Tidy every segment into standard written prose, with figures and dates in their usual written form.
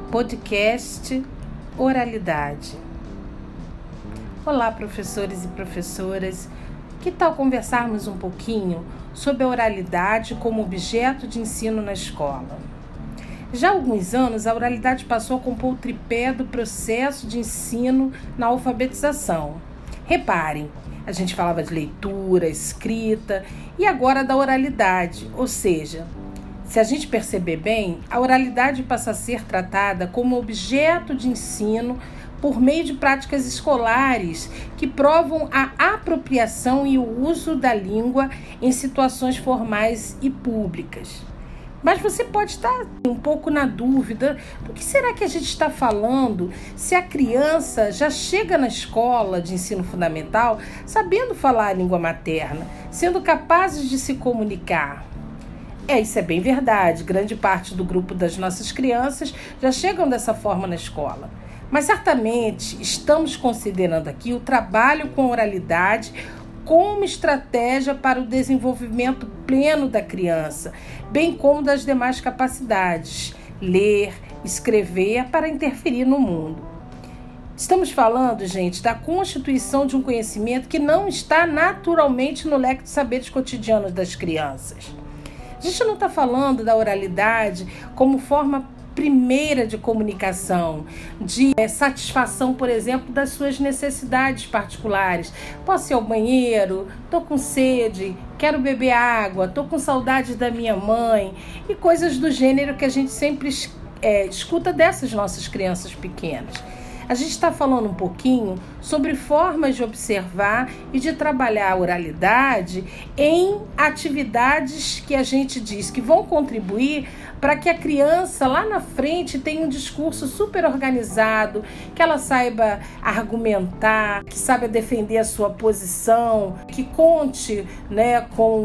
Podcast Oralidade. Olá, professores e professoras. Que tal conversarmos um pouquinho sobre a oralidade como objeto de ensino na escola? Já há alguns anos, a oralidade passou a compor o tripé do processo de ensino na alfabetização. Reparem, a gente falava de leitura, escrita e agora da oralidade, ou seja, se a gente perceber bem, a oralidade passa a ser tratada como objeto de ensino por meio de práticas escolares que provam a apropriação e o uso da língua em situações formais e públicas. Mas você pode estar um pouco na dúvida do que será que a gente está falando se a criança já chega na escola de ensino fundamental sabendo falar a língua materna, sendo capazes de se comunicar. Isso é bem verdade. Grande parte do grupo das nossas crianças já chegam dessa forma na escola. Mas certamente estamos considerando aqui o trabalho com oralidade como estratégia para o desenvolvimento pleno da criança, bem como das demais capacidades, ler, escrever, para interferir no mundo. Estamos falando, gente, da constituição de um conhecimento que não está naturalmente no leque de saberes cotidianos das crianças. A gente não está falando da oralidade como forma primeira de comunicação, de satisfação, por exemplo, das suas necessidades particulares. Posso ir ao banheiro? Estou com sede, quero beber água, estou com saudade da minha mãe e coisas do gênero que a gente sempre escuta dessas nossas crianças pequenas. A gente está falando um pouquinho sobre formas de observar e de trabalhar a oralidade em atividades que a gente diz que vão contribuir para que a criança lá na frente tenha um discurso super organizado, que ela saiba argumentar, que saiba defender a sua posição, que conte, com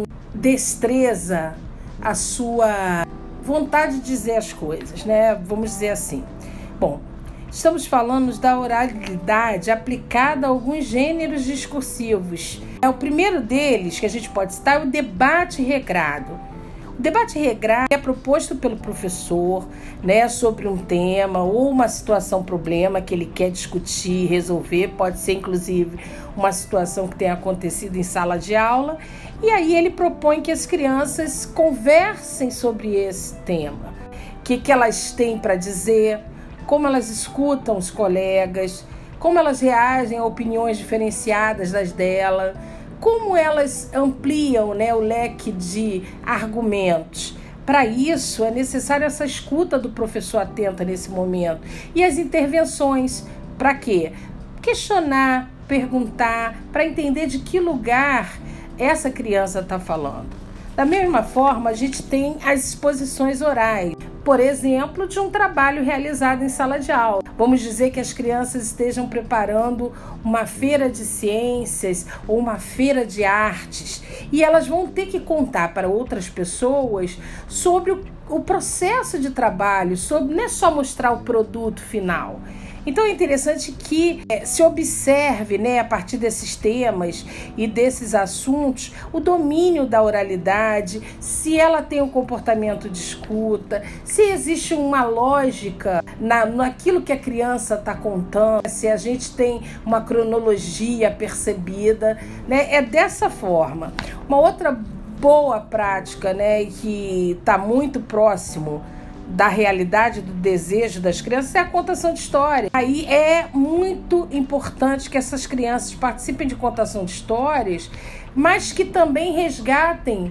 destreza a sua vontade de dizer as coisas, vamos dizer assim. Bom, estamos falando da oralidade aplicada a alguns gêneros discursivos. O primeiro deles, que a gente pode citar, é o debate regrado. O debate regrado é proposto pelo professor, sobre um tema ou uma situação, problema que ele quer discutir, resolver. Pode ser, inclusive, uma situação que tenha acontecido em sala de aula. E aí ele propõe que as crianças conversem sobre esse tema. O que elas têm para dizer, como elas escutam os colegas, como elas reagem a opiniões diferenciadas das dela, como elas ampliam o leque de argumentos. Para isso, é necessário essa escuta do professor atenta nesse momento. E as intervenções, para quê? Questionar, perguntar, para entender de que lugar essa criança está falando. Da mesma forma, a gente tem as exposições orais, por exemplo, de um trabalho realizado em sala de aula. Vamos dizer que as crianças estejam preparando uma feira de ciências ou uma feira de artes e elas vão ter que contar para outras pessoas sobre o processo de trabalho, não é só mostrar o produto final. Então é interessante que se observe, a partir desses temas e desses assuntos, o domínio da oralidade, se ela tem um comportamento de escuta, se existe uma lógica naquilo que a criança está contando, se a gente tem uma cronologia percebida, É dessa forma. Uma outra boa prática, que está muito próximo da realidade, do desejo das crianças, é a contação de história. Aí é muito importante que essas crianças participem de contação de histórias, mas que também resgatem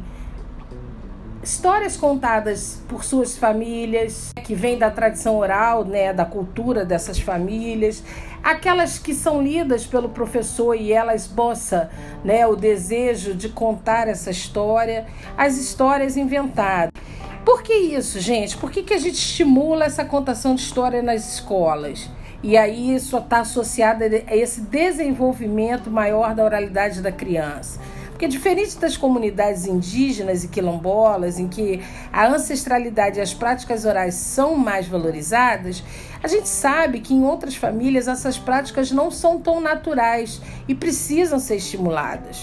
histórias contadas por suas famílias, que vêm da tradição oral, da cultura dessas famílias, aquelas que são lidas pelo professor e ela esboça, o desejo de contar essa história, as histórias inventadas. Por que isso, gente? Por que a gente estimula essa contação de história nas escolas? E aí isso está associado a esse desenvolvimento maior da oralidade da criança. Porque diferente das comunidades indígenas e quilombolas, em que a ancestralidade e as práticas orais são mais valorizadas, a gente sabe que em outras famílias essas práticas não são tão naturais e precisam ser estimuladas.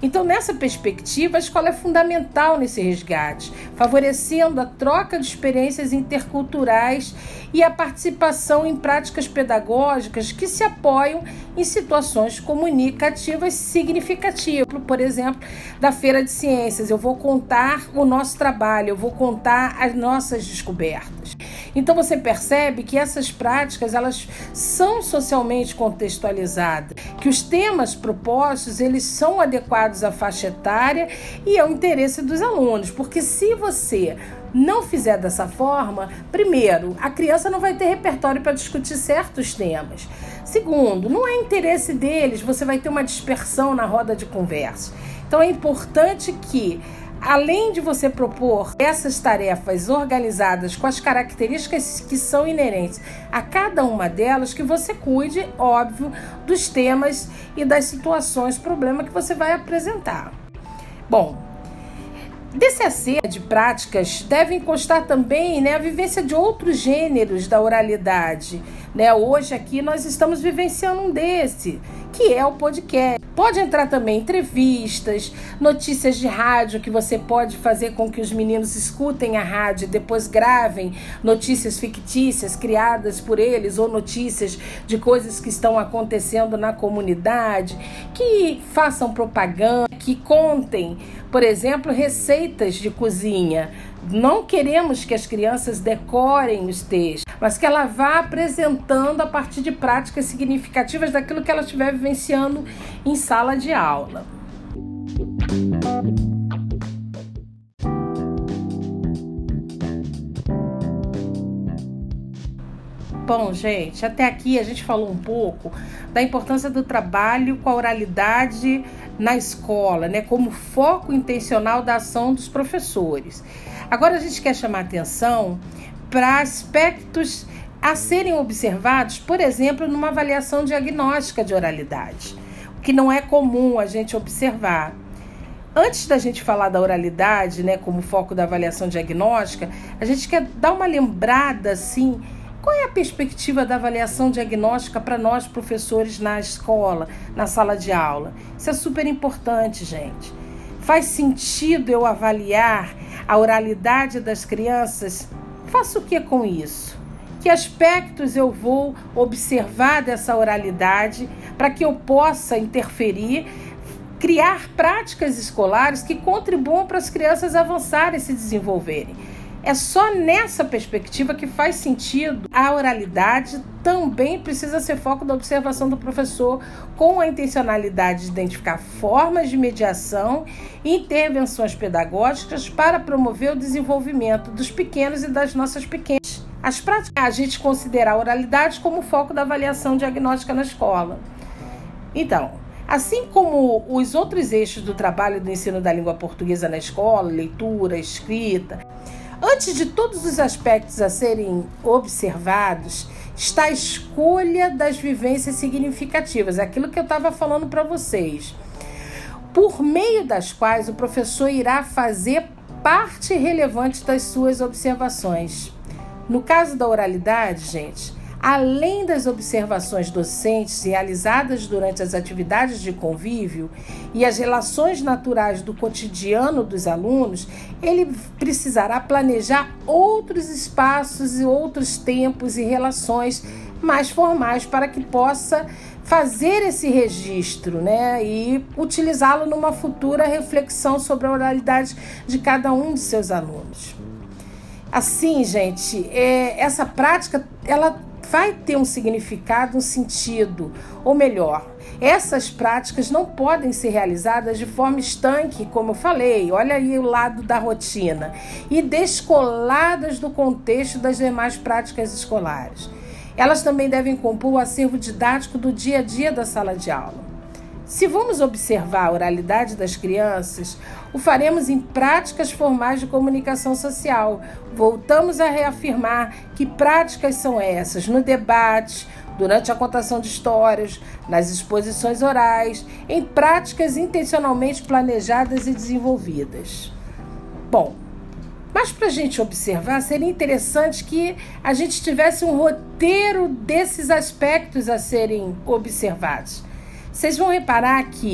Então, nessa perspectiva, a escola é fundamental nesse resgate, favorecendo a troca de experiências interculturais e a participação em práticas pedagógicas que se apoiam em situações comunicativas significativas. Por exemplo, da Feira de Ciências, eu vou contar o nosso trabalho, eu vou contar as nossas descobertas. Então, você percebe que essas práticas, elas são socialmente contextualizadas, que os temas propostos, eles são adequados à faixa etária e ao interesse dos alunos, porque se você não fizer dessa forma, primeiro, a criança não vai ter repertório para discutir certos temas. Segundo, não é interesse deles, você vai ter uma dispersão na roda de conversa. Então é importante que, além de você propor essas tarefas organizadas com as características que são inerentes a cada uma delas, que você cuide, óbvio, dos temas e das situações, problema que você vai apresentar. Bom, desse acervo de práticas devem constar também, a vivência de outros gêneros da oralidade. Hoje aqui nós estamos vivenciando um desse, que é o podcast. Pode entrar também entrevistas, notícias de rádio, que você pode fazer com que os meninos escutem a rádio e depois gravem notícias fictícias criadas por eles ou notícias de coisas que estão acontecendo na comunidade, que façam propaganda, que contem, por exemplo, receitas de cozinha. Não queremos que as crianças decorem os textos, mas que ela vá apresentando a partir de práticas significativas daquilo que ela estiver vivenciando em sala de aula. Bom, gente, até aqui a gente falou um pouco da importância do trabalho com a oralidade na escola, como foco intencional da ação dos professores. Agora a gente quer chamar atenção para aspectos a serem observados, por exemplo, numa avaliação diagnóstica de oralidade, o que não é comum a gente observar. Antes da gente falar da oralidade, como foco da avaliação diagnóstica, a gente quer dar uma lembrada, assim, qual é a perspectiva da avaliação diagnóstica para nós, professores, na escola, na sala de aula? Isso é super importante, gente. Faz sentido eu avaliar a oralidade das crianças? Faço o que com isso? Que aspectos eu vou observar dessa oralidade para que eu possa interferir, criar práticas escolares que contribuam para as crianças avançarem e se desenvolverem? É só nessa perspectiva que faz sentido. A oralidade também precisa ser foco da observação do professor, com a intencionalidade de identificar formas de mediação e intervenções pedagógicas para promover o desenvolvimento dos pequenos e das nossas pequenas. As práticas, a gente considera a oralidade como foco da avaliação diagnóstica na escola. Então, assim como os outros eixos do trabalho do ensino da língua portuguesa na escola, leitura, escrita, antes de todos os aspectos a serem observados, está a escolha das vivências significativas, aquilo que eu estava falando para vocês, por meio das quais o professor irá fazer parte relevante das suas observações. No caso da oralidade, gente, além das observações docentes realizadas durante as atividades de convívio e as relações naturais do cotidiano dos alunos, ele precisará planejar outros espaços e outros tempos e relações mais formais para que possa fazer esse registro, e utilizá-lo numa futura reflexão sobre a oralidade de cada um de seus alunos. Assim, gente, essa prática, ela vai ter um significado, um sentido, ou melhor, essas práticas não podem ser realizadas de forma estanque, como eu falei, olha aí o lado da rotina, e descoladas do contexto das demais práticas escolares. Elas também devem compor o acervo didático do dia a dia da sala de aula. Se vamos observar a oralidade das crianças, o faremos em práticas formais de comunicação social. Voltamos a reafirmar que práticas são essas no debate, durante a contação de histórias, nas exposições orais, em práticas intencionalmente planejadas e desenvolvidas. Bom, mas para a gente observar, seria interessante que a gente tivesse um roteiro desses aspectos a serem observados. Vocês vão reparar que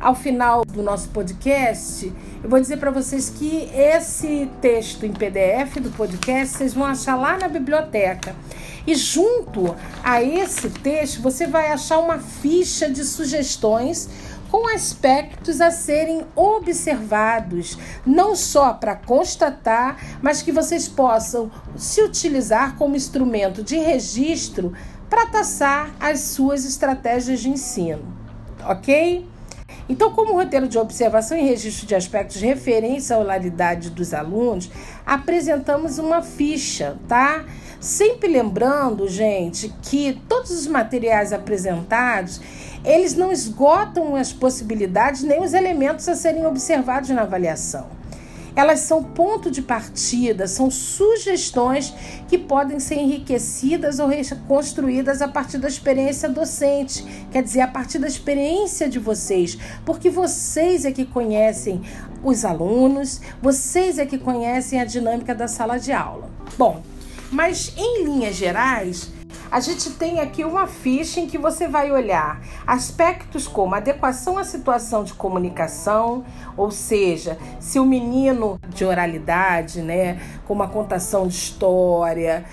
ao final do nosso podcast, eu vou dizer para vocês que esse texto em PDF do podcast vocês vão achar lá na biblioteca. E junto a esse texto você vai achar uma ficha de sugestões com aspectos a serem observados, não só para constatar, mas que vocês possam se utilizar como instrumento de registro para traçar as suas estratégias de ensino, ok? Então, como roteiro de observação e registro de aspectos de referência à oralidade dos alunos, apresentamos uma ficha, tá? Sempre lembrando, gente, que todos os materiais apresentados, eles não esgotam as possibilidades nem os elementos a serem observados na avaliação. Elas são ponto de partida, são sugestões que podem ser enriquecidas ou reconstruídas a partir da experiência docente, quer dizer, a partir da experiência de vocês, porque vocês é que conhecem os alunos, vocês é que conhecem a dinâmica da sala de aula. Bom, mas em linhas gerais, a gente tem aqui uma ficha em que você vai olhar aspectos como adequação à situação de comunicação, ou seja, se o menino de oralidade, né, como a contação de história,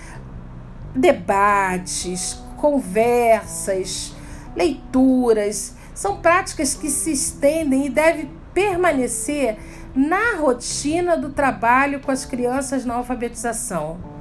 debates, conversas, leituras, são práticas que se estendem e devem permanecer na rotina do trabalho com as crianças na alfabetização.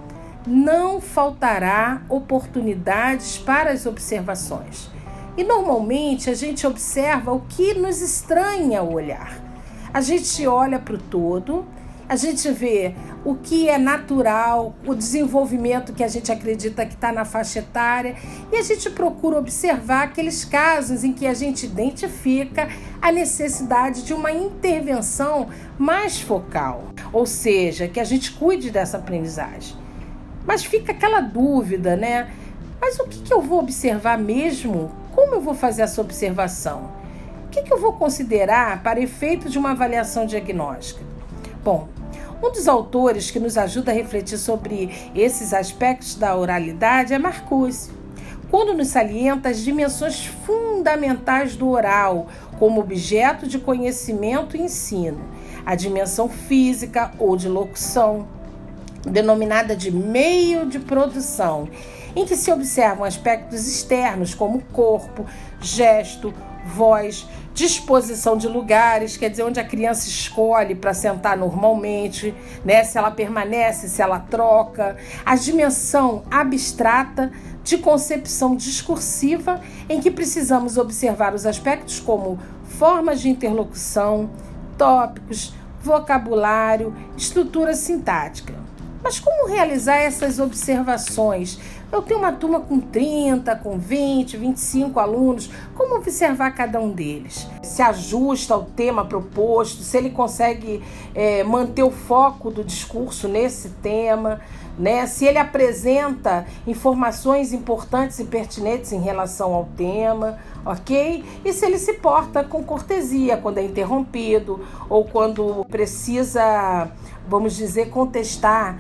Não faltará oportunidades para as observações. E normalmente a gente observa o que nos estranha o olhar. A gente olha para o todo, a gente vê o que é natural, o desenvolvimento que a gente acredita que está na faixa etária, e a gente procura observar aqueles casos em que a gente identifica a necessidade de uma intervenção mais focal, ou seja, que a gente cuide dessa aprendizagem. Mas fica aquela dúvida, né? Mas o que eu vou observar mesmo? Como eu vou fazer essa observação? O que eu vou considerar para efeito de uma avaliação diagnóstica? Bom, um dos autores que nos ajuda a refletir sobre esses aspectos da oralidade é Marcuse, quando nos salienta as dimensões fundamentais do oral como objeto de conhecimento e ensino, a dimensão física ou de locução, denominada de meio de produção, em que se observam aspectos externos como corpo, gesto, voz, disposição de lugares, quer dizer, onde a criança escolhe para sentar normalmente, né? Se ela permanece, se ela troca, a dimensão abstrata de concepção discursiva, em que precisamos observar os aspectos como formas de interlocução, tópicos, vocabulário, estrutura sintática. Mas como realizar essas observações? Eu tenho uma turma com 30, com 20, 25 alunos. Como observar cada um deles? Se ajusta ao tema proposto, se ele consegue manter o foco do discurso nesse tema, né? Se ele apresenta informações importantes e pertinentes em relação ao tema, ok? E se ele se porta com cortesia quando é interrompido ou quando precisa, vamos dizer, contestar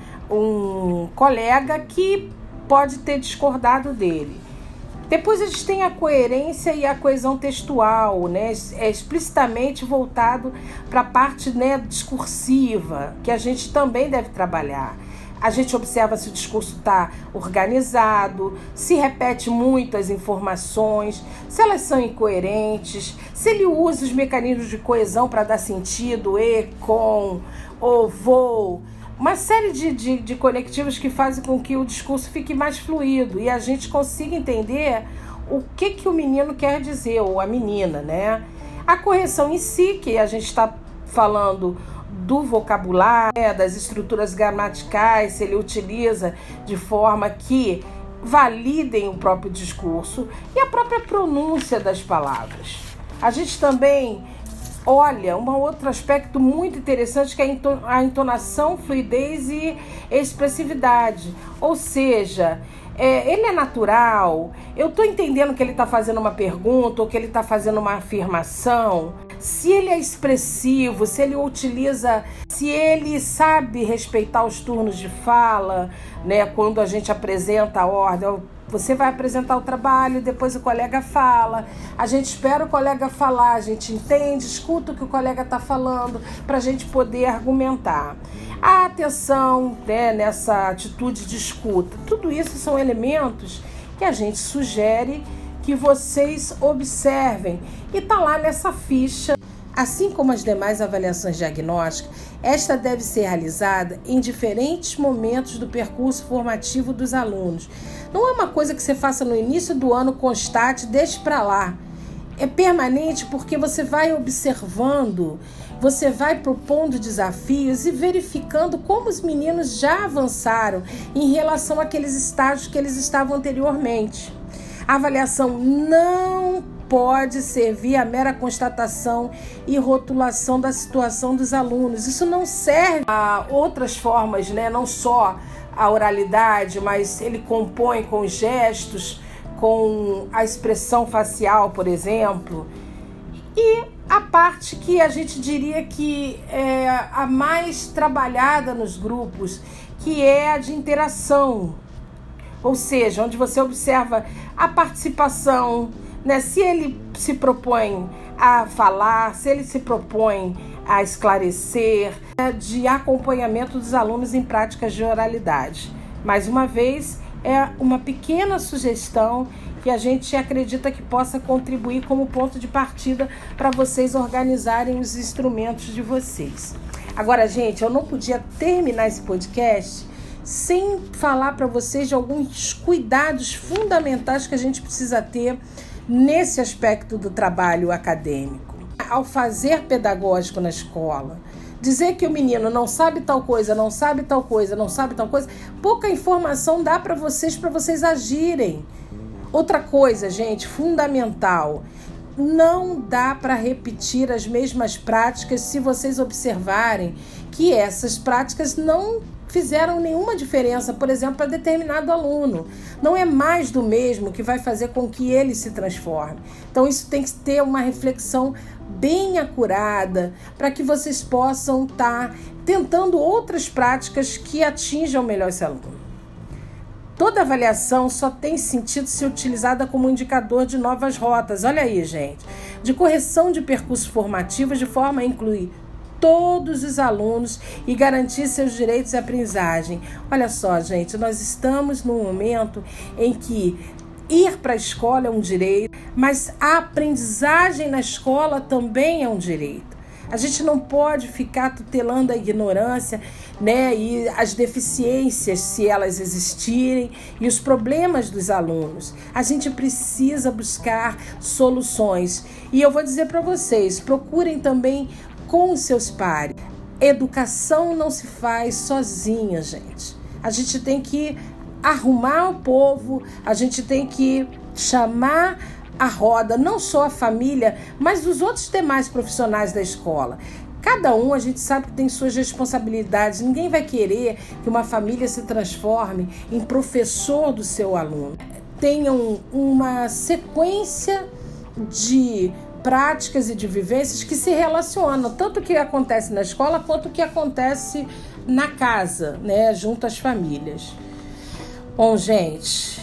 um colega que pode ter discordado dele. Depois a gente tem a coerência e a coesão textual, né? É explicitamente voltado para a parte, né, discursiva, que a gente também deve trabalhar. A gente observa se o discurso está organizado, se repete muito as informações, se elas são incoerentes, se ele usa os mecanismos de coesão para dar sentido, com, ou, vou, uma série de conectivos que fazem com que o discurso fique mais fluido e a gente consiga entender o que o menino quer dizer, ou a menina, né? A correção em si, que a gente está falando do vocabulário, né, das estruturas gramaticais, se ele utiliza de forma que validem o próprio discurso, e a própria pronúncia das palavras. A gente também olha um outro aspecto muito interessante, que é a entonação, fluidez e expressividade. Ou seja, ele é natural, eu estou entendendo que ele está fazendo uma pergunta ou que ele está fazendo uma afirmação. se ele é expressivo, se ele utiliza, se ele sabe respeitar os turnos de fala, né? Quando a gente apresenta a ordem, você vai apresentar o trabalho, depois o colega fala, a gente espera o colega falar, a gente entende, escuta o que o colega está falando para a gente poder argumentar. A atenção, né, nessa atitude de escuta, tudo isso são elementos que a gente sugere que vocês observem e está lá nessa ficha. Assim como as demais avaliações diagnósticas, esta deve ser realizada em diferentes momentos do percurso formativo dos alunos. Não é uma coisa que você faça no início do ano, constate, deixe para lá. É permanente porque você vai observando, você vai propondo desafios e verificando como os meninos já avançaram em relação àqueles estágios que eles estavam anteriormente. A avaliação não pode servir a mera constatação e rotulação da situação dos alunos. Isso não serve a outras formas, né? Não só a oralidade, mas ele compõe com gestos, com a expressão facial, por exemplo. E a parte que a gente diria que é a mais trabalhada nos grupos, que é a de interação. Ou seja, onde você observa a participação, né? Se ele se propõe a falar, se ele se propõe a esclarecer, né? De acompanhamento dos alunos em práticas de oralidade. Mais uma vez, é uma pequena sugestão que a gente acredita que possa contribuir como ponto de partida para vocês organizarem os instrumentos de vocês. Agora, gente, eu não podia terminar esse podcast sem falar para vocês de alguns cuidados fundamentais que a gente precisa ter nesse aspecto do trabalho acadêmico. Ao fazer pedagógico na escola, dizer que o menino não sabe tal coisa, não sabe tal coisa, não sabe tal coisa, pouca informação dá para vocês agirem. Outra coisa, gente, fundamental, não dá para repetir as mesmas práticas se vocês observarem que essas práticas não fizeram nenhuma diferença, por exemplo, para determinado aluno. Não é mais do mesmo que vai fazer com que ele se transforme. Então, isso tem que ter uma reflexão bem acurada para que vocês possam estar tentando outras práticas que atinjam melhor esse aluno. Toda avaliação só tem sentido se utilizada como indicador de novas rotas. Olha aí, gente. De correção de percursos formativos de forma a incluir todos os alunos e garantir seus direitos de aprendizagem. Olha só, gente, nós estamos num momento em que ir para a escola é um direito, mas a aprendizagem na escola também é um direito. A gente não pode ficar tutelando a ignorância, né, e as deficiências, se elas existirem, e os problemas dos alunos. A gente precisa buscar soluções. E eu vou dizer para vocês, procurem também com os seus pares. Educação não se faz sozinha, gente. A gente tem que arrumar o povo, a gente tem que chamar a roda, não só a família, mas os outros demais profissionais da escola. Cada um, a gente sabe que tem suas responsabilidades. Ninguém vai querer que uma família se transforme em professor do seu aluno. Tenham uma sequência de práticas e de vivências que se relacionam, tanto o que acontece na escola quanto o que acontece na casa, né, junto às famílias. Bom, gente,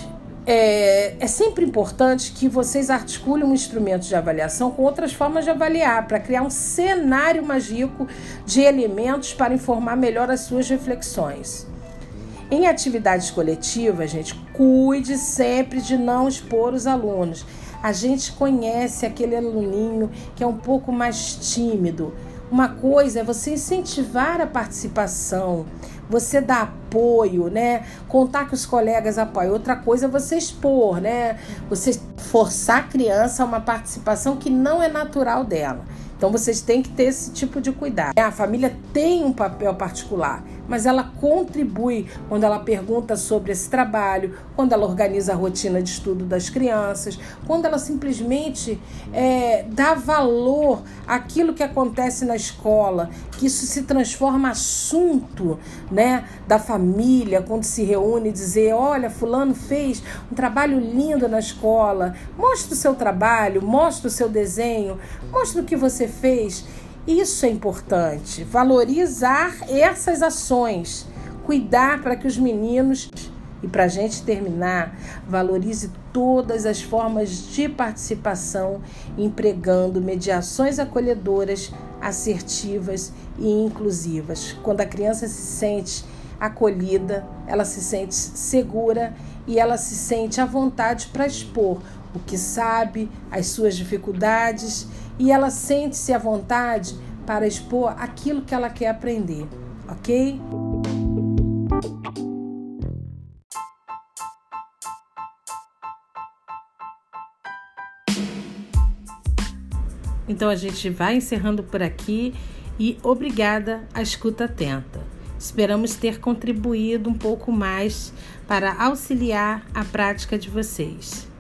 é sempre importante que vocês articulem um instrumento de avaliação com outras formas de avaliar, para criar um cenário mais rico de elementos para informar melhor as suas reflexões. Em atividades coletivas, gente, cuide sempre de não expor os alunos. A gente conhece aquele aluninho que é um pouco mais tímido. Uma coisa é você incentivar a participação, você dar apoio, né? Contar que os colegas apoiam. Outra coisa é você expor, né? Você forçar a criança a uma participação que não é natural dela. Então, vocês têm que ter esse tipo de cuidado. A família tem um papel particular, mas ela contribui quando ela pergunta sobre esse trabalho, quando ela organiza a rotina de estudo das crianças, quando ela simplesmente dá valor àquilo que acontece na escola, que isso se transforma assunto, né, da família, quando se reúne e dizer, olha, fulano fez um trabalho lindo na escola, mostra o seu trabalho, mostra o seu desenho, mostra o que você você fez. Isso é importante, valorizar essas ações, cuidar para que os meninos, e para a gente terminar, valorize todas as formas de participação, empregando mediações acolhedoras, assertivas e inclusivas. Quando a criança se sente acolhida, ela se sente segura e ela se sente à vontade para expor o que sabe, as suas dificuldades, e ela sente-se à vontade para expor aquilo que ela quer aprender, ok? Então a gente vai encerrando por aqui e obrigada à escuta atenta. Esperamos ter contribuído um pouco mais para auxiliar a prática de vocês.